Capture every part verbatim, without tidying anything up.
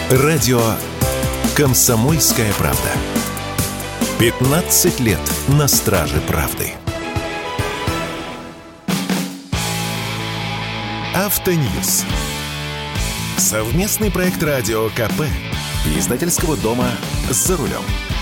Радио «Комсомольская правда». пятнадцать лет на страже правды. Автоньюз. Совместный проект радио КП и издательского дома «За рулем».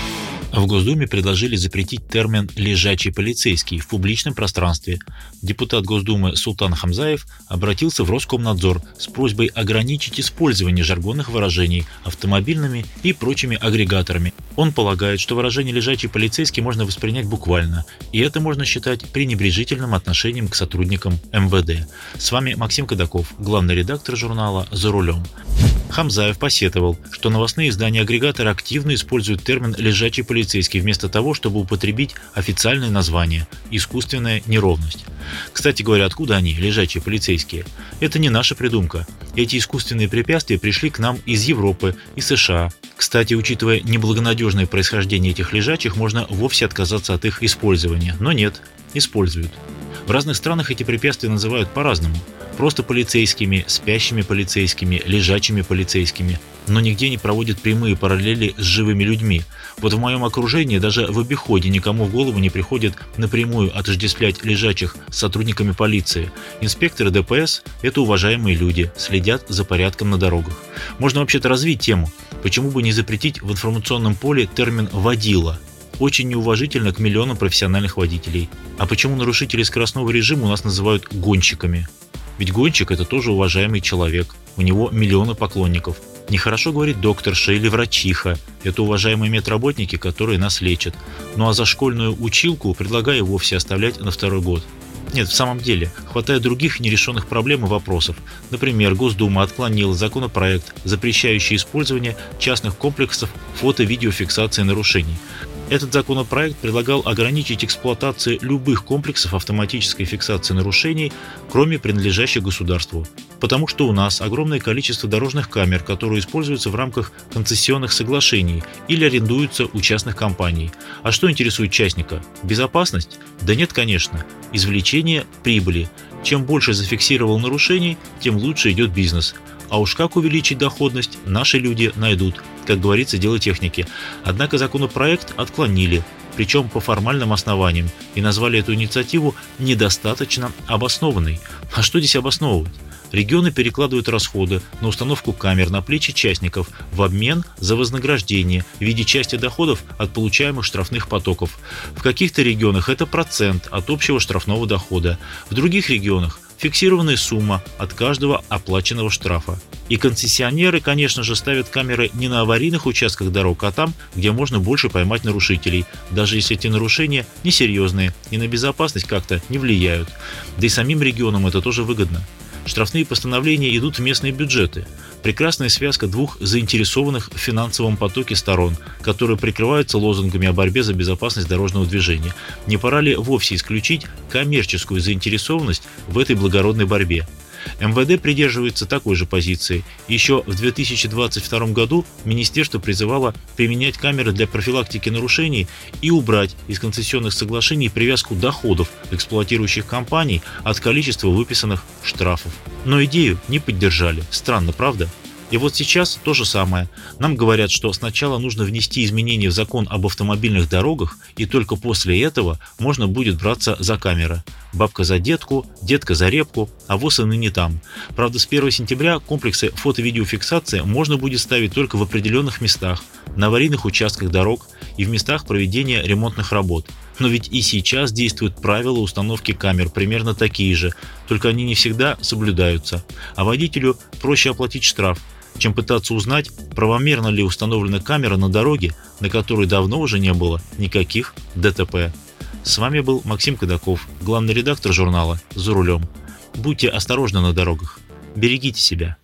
В Госдуме предложили запретить термин «лежачий полицейский» в публичном пространстве. Депутат Госдумы Султан Хамзаев обратился в Роскомнадзор с просьбой ограничить использование жаргонных выражений автомобильными и прочими агрегаторами. Он полагает, что выражение «лежачий полицейский» можно воспринять буквально, и это можно считать пренебрежительным отношением к сотрудникам эм вэ дэ. С вами Максим Кадаков, главный редактор журнала «За рулем». Хамзаев посетовал, что новостные издания-агрегаторы активно используют термин «лежачий полицейский» вместо того, чтобы употребить официальное название «искусственная неровность». Кстати говоря, откуда они, лежачие полицейские? Это не наша придумка. Эти искусственные препятствия пришли к нам из Европы и США. Кстати, учитывая неблагонадежное происхождение этих лежачих, можно вовсе отказаться от их использования. Но нет, используют. В разных странах эти препятствия называют по-разному. Просто полицейскими, спящими полицейскими, лежачими полицейскими. Но нигде не проводят прямые параллели с живыми людьми. Вот в моем окружении даже в обиходе никому в голову не приходит напрямую отождествлять лежачих с сотрудниками полиции. Инспекторы дэ пэ эс – это уважаемые люди, следят за порядком на дорогах. Можно вообще-то развить тему. Почему бы не запретить в информационном поле термин «водила»? Очень неуважительно к миллионам профессиональных водителей. А почему нарушителей скоростного режима у нас называют гонщиками? Ведь гонщик – это тоже уважаемый человек, у него миллионы поклонников. Нехорошо говорить докторша или врачиха – это уважаемые медработники, которые нас лечат. Ну а за школьную училку предлагаю вовсе оставлять на второй год. Нет, в самом деле, хватает других нерешенных проблем и вопросов. Например, Госдума отклонила законопроект, запрещающий использование частных комплексов фото-видеофиксации нарушений. Этот законопроект предлагал ограничить эксплуатацию любых комплексов автоматической фиксации нарушений, кроме принадлежащих государству. Потому что у нас огромное количество дорожных камер, которые используются в рамках концессионных соглашений или арендуются у частных компаний. А что интересует частника? Безопасность? Да нет, конечно. Извлечение прибыли. Чем больше зафиксировал нарушений, тем лучше идет бизнес. А уж как увеличить доходность, наши люди найдут. Как говорится, дело техники. Однако законопроект отклонили, причем по формальным основаниям, и назвали эту инициативу недостаточно обоснованной. А что здесь обосновывать? Регионы перекладывают расходы на установку камер на плечи частников в обмен за вознаграждение в виде части доходов от получаемых штрафных потоков. В каких-то регионах это процент от общего штрафного дохода, в других регионах фиксированная сумма от каждого оплаченного штрафа. И концессионеры, конечно же, ставят камеры не на аварийных участках дорог, а там, где можно больше поймать нарушителей, даже если эти нарушения несерьезные и на безопасность как-то не влияют. Да и самим регионам это тоже выгодно. Штрафные постановления идут в местные бюджеты. Прекрасная связка двух заинтересованных в финансовом потоке сторон, которые прикрываются лозунгами о борьбе за безопасность дорожного движения. Не пора ли вовсе исключить коммерческую заинтересованность в этой благородной борьбе? эм вэ дэ придерживается такой же позиции. Еще в две тысячи двадцать втором году министерство призывало применять камеры для профилактики нарушений и убрать из концессионных соглашений привязку доходов эксплуатирующих компаний от количества выписанных штрафов. Но идею не поддержали. Странно, правда? И вот сейчас то же самое. Нам говорят, что сначала нужно внести изменения в закон об автомобильных дорогах, и только после этого можно будет браться за камеры. Бабка за детку, детка за репку, а воз и ныне там. Правда, с первого сентября комплексы фото-видеофиксации можно будет ставить только в определенных местах, на аварийных участках дорог и в местах проведения ремонтных работ. Но ведь и сейчас действуют правила установки камер примерно такие же, только они не всегда соблюдаются. А водителю проще оплатить штраф, чем пытаться узнать, правомерно ли установлена камера на дороге, на которой давно уже не было никаких дэ тэ пэ. С вами был Максим Кадаков, главный редактор журнала «За рулем». Будьте осторожны на дорогах. Берегите себя.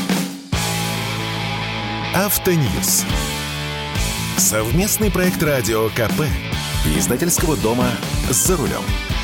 Автоньюз. Совместный проект радио ка пэ и издательского дома «За рулем».